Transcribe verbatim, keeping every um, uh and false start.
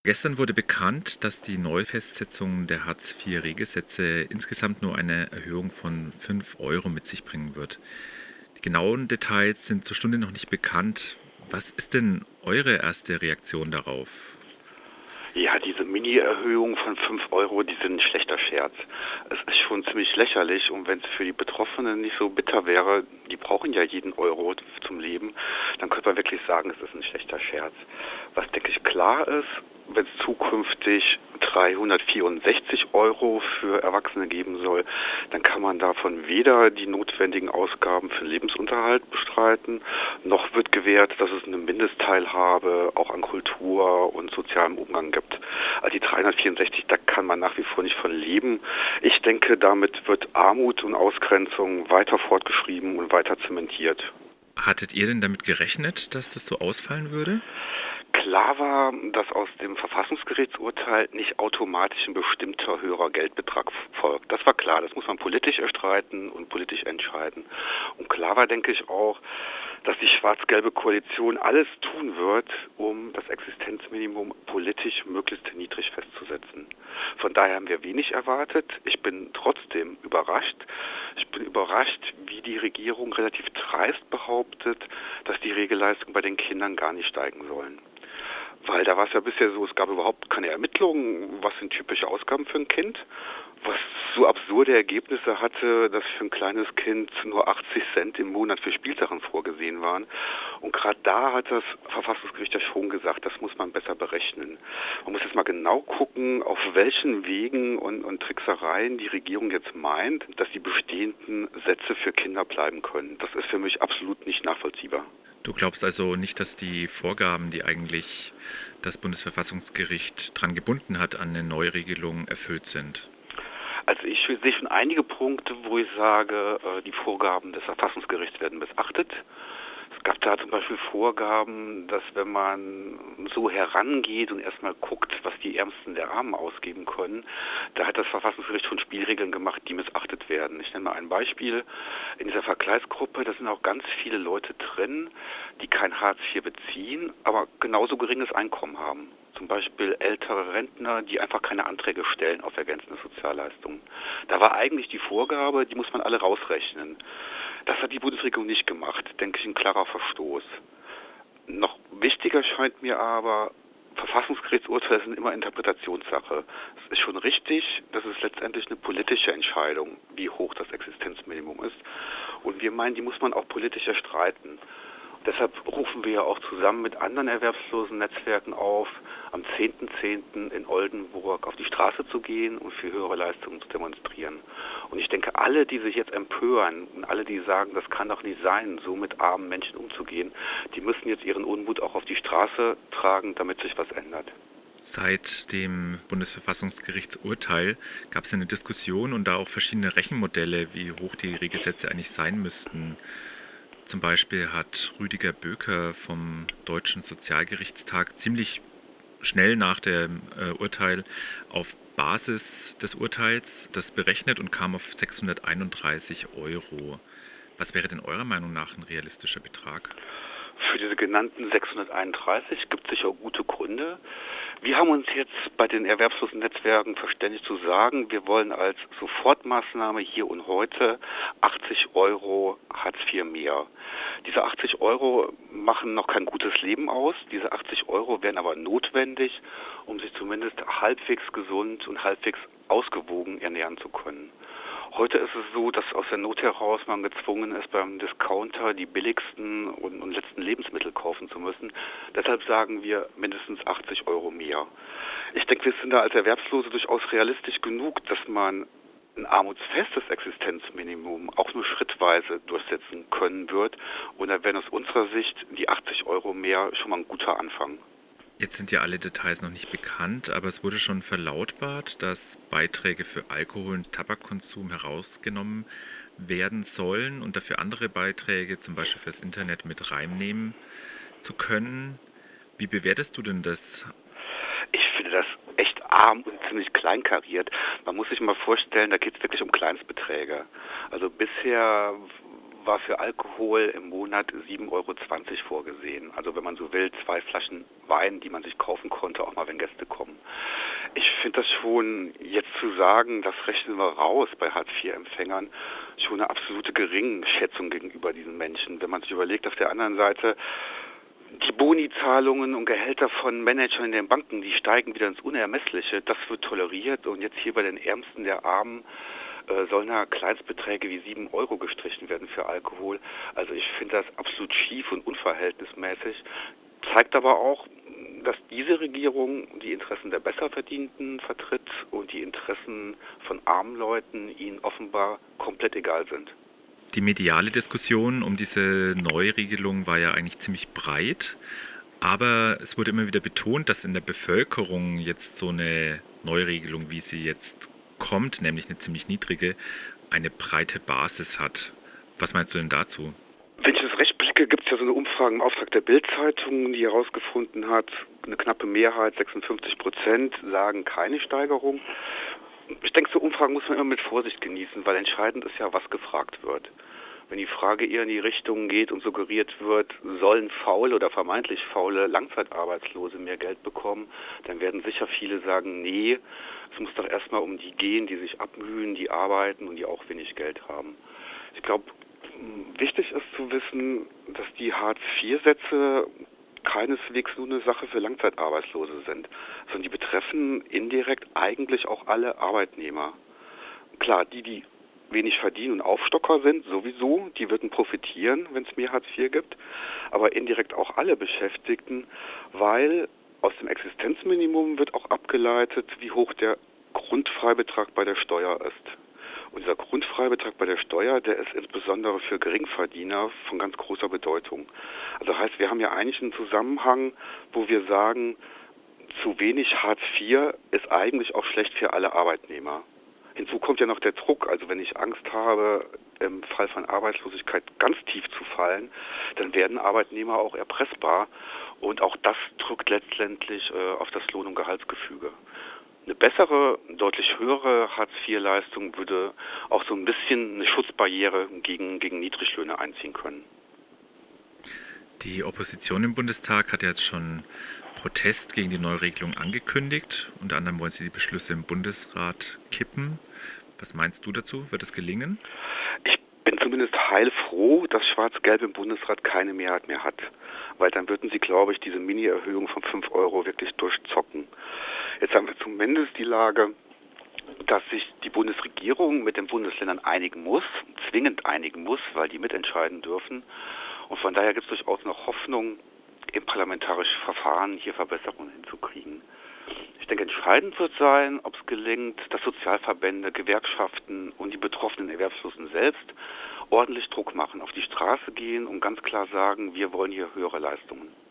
Gestern wurde bekannt, dass die Neufestsetzung der Hartz-vier-Regelsätze insgesamt nur eine Erhöhung von fünf Euro mit sich bringen wird. Die genauen Details sind zur Stunde noch nicht bekannt. Was ist denn eure erste Reaktion darauf? Ja, diese Mini-Erhöhung von fünf Euro, die sind ein schlechter Scherz. Es ist schon ziemlich lächerlich und wenn es für die Betroffenen nicht so bitter wäre, die brauchen ja jeden Euro zum Leben, dann könnte man wirklich sagen, es ist ein schlechter Scherz. Was, denke ich, klar ist, wenn es zukünftig dreihundertvierundsechzig Euro für Erwachsene geben soll, dann kann man davon weder die notwendigen Ausgaben für den Lebensunterhalt bestreiten, noch wird gewährt, dass es eine Mindestteilhabe auch an Kultur und sozialem Umgang gibt. Also die dreihundertvierundsechzig, da kann man nach wie vor nicht von leben. Ich denke, damit wird Armut und Ausgrenzung weiter fortgeschrieben und weiter zementiert. Hattet ihr denn damit gerechnet, dass das so ausfallen würde? Klar war, dass aus dem Verfassungsgerichtsurteil nicht automatisch ein bestimmter höherer Geldbetrag folgt. Das war klar, das muss man politisch erstreiten und politisch entscheiden. Und klar war, denke ich auch, dass die schwarz-gelbe Koalition alles tun wird, um das Existenzminimum politisch möglichst niedrig festzusetzen. Von daher haben wir wenig erwartet. Ich bin trotzdem überrascht. Ich bin überrascht, wie die Regierung relativ dreist behauptet, dass die Regelleistungen bei den Kindern gar nicht steigen sollen. Weil da war es ja bisher so, es gab überhaupt keine Ermittlungen, was sind typische Ausgaben für ein Kind, was so absurde Ergebnisse hatte, dass für ein kleines Kind nur achtzig Cent im Monat für Spielsachen vorgesehen waren. Und gerade da hat das Verfassungsgericht ja schon gesagt, das muss man besser berechnen. Man muss jetzt mal genau gucken, auf welchen Wegen und, und Tricksereien die Regierung jetzt meint, dass die bestehenden Sätze für Kinder bleiben können. Das ist für mich absolut nicht nachvollziehbar. Du glaubst also nicht, dass die Vorgaben, die eigentlich das Bundesverfassungsgericht dran gebunden hat, an eine Neuregelung erfüllt sind? Also ich sehe schon einige Punkte, wo ich sage, die Vorgaben des Verfassungsgerichts werden missachtet. Es gab da zum Beispiel Vorgaben, dass wenn man so herangeht und erstmal guckt, was die Ärmsten der Armen ausgeben können, da hat das Verfassungsgericht schon Spielregeln gemacht, die missachtet werden. Ich nenne mal ein Beispiel. In dieser Vergleichsgruppe, da sind auch ganz viele Leute drin, die kein Hartz vier beziehen, aber genauso geringes Einkommen haben. Zum Beispiel ältere Rentner, die einfach keine Anträge stellen auf ergänzende Sozialleistungen. Da war eigentlich die Vorgabe, die muss man alle rausrechnen. Das hat die Bundesregierung nicht gemacht, denke ich, ein klarer Verstoß. Noch wichtiger scheint mir aber, Verfassungsgerichtsurteile sind immer Interpretationssache. Es ist schon richtig, dass es letztendlich eine politische Entscheidung, wie hoch das Existenzminimum ist. Und wir meinen, die muss man auch politisch erstreiten. Deshalb rufen wir ja auch zusammen mit anderen erwerbslosen Netzwerken auf, am zehnten zehnten in Oldenburg auf die Straße zu gehen und für höhere Leistungen zu demonstrieren. Und ich denke, alle, die sich jetzt empören und alle, die sagen, das kann doch nicht sein, so mit armen Menschen umzugehen, die müssen jetzt ihren Unmut auch auf die Straße tragen, damit sich was ändert. Seit dem Bundesverfassungsgerichtsurteil gab es eine Diskussion und da auch verschiedene Rechenmodelle, wie hoch die Regelsätze eigentlich sein müssten. Zum Beispiel hat Rüdiger Böker vom Deutschen Sozialgerichtstag ziemlich schnell nach dem äh, Urteil auf Basis des Urteils das berechnet und kam auf sechshunderteinunddreißig Euro. Was wäre denn eurer Meinung nach ein realistischer Betrag? Für diese genannten sechshunderteinunddreißig gibt es sicher gute Gründe. Wir haben uns jetzt bei den erwerbslosen Netzwerken verständigt zu sagen, wir wollen als Sofortmaßnahme hier und heute achtzig Euro Hartz vier mehr. Diese achtzig Euro machen noch kein gutes Leben aus. Diese achtzig Euro wären aber notwendig, um sich zumindest halbwegs gesund und halbwegs ausgewogen ernähren zu können. Heute ist es so, dass aus der Not heraus man gezwungen ist, beim Discounter die billigsten und, und letzten Lebensmittel kaufen zu müssen. Deshalb sagen wir mindestens achtzig Euro mehr. Ich denke, wir sind da als Erwerbslose durchaus realistisch genug, dass man ein armutsfestes Existenzminimum auch nur schrittweise durchsetzen können wird. Und da wären aus unserer Sicht die achtzig Euro mehr schon mal ein guter Anfang. Jetzt sind ja alle Details noch nicht bekannt, aber es wurde schon verlautbart, dass Beiträge für Alkohol- und Tabakkonsum herausgenommen werden sollen und dafür andere Beiträge, zum Beispiel fürs Internet, mit reinnehmen zu können. Wie bewertest du denn das? Ich finde das echt arm und ziemlich kleinkariert. Man muss sich mal vorstellen, da geht es wirklich um Kleinstbeträge. Also bisher war für Alkohol im Monat sieben Euro zwanzig vorgesehen. Also wenn man so will, zwei Flaschen Wein, die man sich kaufen konnte, auch mal wenn Gäste kommen. finde das schon, jetzt zu sagen, das rechnen wir raus bei Hartz-vier-Empfängern, schon eine absolute Geringschätzung gegenüber diesen Menschen. Wenn man sich überlegt, auf der anderen Seite, die Bonizahlungen und Gehälter von Managern in den Banken, die steigen wieder ins Unermessliche. Das wird toleriert und jetzt hier bei den Ärmsten der Armen äh, sollen da Kleinstbeträge wie sieben Euro gestrichen werden für Alkohol. Also ich finde das absolut schief und unverhältnismäßig. Zeigt aber auch, dass diese Regierung die Interessen der Besserverdienten vertritt und die Interessen von armen Leuten ihnen offenbar komplett egal sind. Die mediale Diskussion um diese Neuregelung war ja eigentlich ziemlich breit, aber es wurde immer wieder betont, dass in der Bevölkerung jetzt so eine Neuregelung, wie sie jetzt kommt, nämlich eine ziemlich niedrige, eine breite Basis hat. Was meinst du denn dazu? Wenn ich das recht blicke, gibt es ja so eine Umfrage im Auftrag der Bild-Zeitung, die herausgefunden hat, eine knappe Mehrheit, sechsundfünfzig Prozent, sagen keine Steigerung. Ich denke, so Umfragen muss man immer mit Vorsicht genießen, weil entscheidend ist ja, was gefragt wird. Wenn die Frage eher in die Richtung geht und suggeriert wird, sollen faule oder vermeintlich faule Langzeitarbeitslose mehr Geld bekommen, dann werden sicher viele sagen, nee, es muss doch erstmal um die gehen, die sich abmühen, die arbeiten und die auch wenig Geld haben. Ich glaube, wichtig ist zu wissen, dass die Hartz-vier-Sätze keineswegs nur eine Sache für Langzeitarbeitslose sind, sondern die betreffen indirekt eigentlich auch alle Arbeitnehmer. Klar, die, die wenig verdienen und Aufstocker sind, sowieso, die würden profitieren, wenn es mehr Hartz vier gibt, aber indirekt auch alle Beschäftigten, weil aus dem Existenzminimum wird auch abgeleitet, wie hoch der Grundfreibetrag bei der Steuer ist. Und dieser Grundfreibetrag bei der Steuer, der ist insbesondere für Geringverdiener von ganz großer Bedeutung. Also heißt, wir haben ja eigentlich einen Zusammenhang, wo wir sagen, zu wenig Hartz vier ist eigentlich auch schlecht für alle Arbeitnehmer. Hinzu kommt ja noch der Druck. Also wenn ich Angst habe, im Fall von Arbeitslosigkeit ganz tief zu fallen, dann werden Arbeitnehmer auch erpressbar. Und auch das drückt letztendlich äh, auf das Lohn- und Gehaltsgefüge. Eine bessere, deutlich höhere Hartz vier-Leistung würde auch so ein bisschen eine Schutzbarriere gegen, gegen Niedriglöhne einziehen können. Die Opposition im Bundestag hat jetzt schon Protest gegen die Neuregelung angekündigt. Unter anderem wollen sie die Beschlüsse im Bundesrat kippen. Was meinst du dazu? Wird es gelingen? Ich bin zumindest heilfroh, dass Schwarz-Gelb im Bundesrat keine Mehrheit mehr hat. Weil dann würden sie, glaube ich, diese Mini-Erhöhung von fünf Euro wirklich durchzocken. Jetzt haben wir zumindest die Lage, dass sich die Bundesregierung mit den Bundesländern einigen muss, zwingend einigen muss, weil die mitentscheiden dürfen. Und von daher gibt es durchaus noch Hoffnung, im parlamentarischen Verfahren hier Verbesserungen hinzukriegen. Ich denke, entscheidend wird sein, ob es gelingt, dass Sozialverbände, Gewerkschaften und die betroffenen Erwerbslosen selbst ordentlich Druck machen, auf die Straße gehen und ganz klar sagen, wir wollen hier höhere Leistungen.